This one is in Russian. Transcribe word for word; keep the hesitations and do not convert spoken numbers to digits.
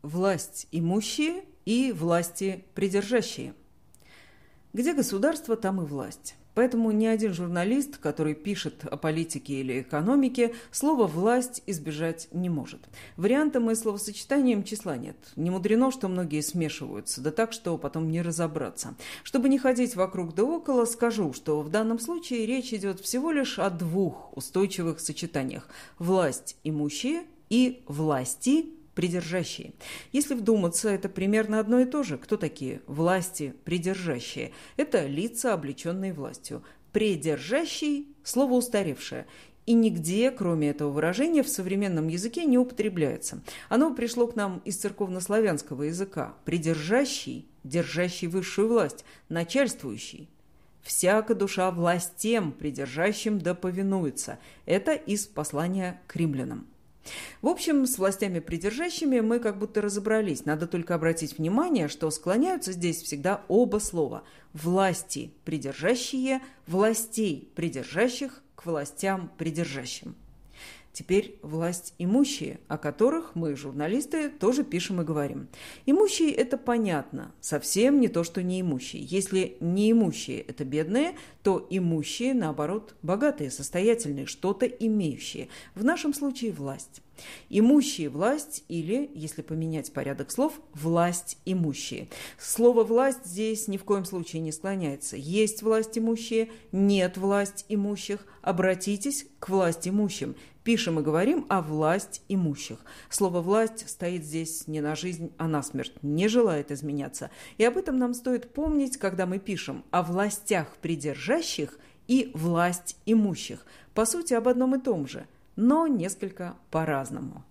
власть имущие и власти придержащие. Где государство, там и власть. Поэтому ни один журналист, который пишет о политике или экономике, слова «власть» избежать не может. Вариантом и словосочетанием числа нет. Не мудрено, что многие смешиваются, да так, что потом не разобраться. Чтобы не ходить вокруг да около, скажу, что в данном случае речь идет всего лишь о двух устойчивых сочетаниях – власть имущие и власти придержащие. Если вдуматься, это примерно одно и то же. Кто такие власти придержащие? Это лица, облеченные властью. Придержащий – слово устаревшее. И нигде, кроме этого выражения, в современном языке не употребляется. Оно пришло к нам из церковнославянского языка. Придержащий – держащий высшую власть, начальствующий. «Всяка душа властям, придержащим да повинуется». Это из послания к римлянам. В общем, с властями придержащими мы как будто разобрались. Надо только обратить внимание, что склоняются здесь всегда оба слова. Власти придержащие, властей придержащих к властям придержащим. Теперь власть имущие, о которых мы, журналисты, тоже пишем и говорим. Имущие – это понятно, совсем не то, что неимущие. Если неимущие – это бедные, то имущие, наоборот, богатые, состоятельные, что-то имеющие. В нашем случае власть. Имущие – власть или, если поменять порядок слов, власть имущие. Слово «власть» здесь ни в коем случае не склоняется. Есть власть имущие, нет власть имущих. Обратитесь к власть имущим. Пишем и говорим о власть имущих. Слово «власть» стоит здесь не на жизнь, а на смерть, не желает изменяться. И об этом нам стоит помнить, когда мы пишем о властях придержащих и власть имущих. По сути, об одном и том же, но несколько по-разному.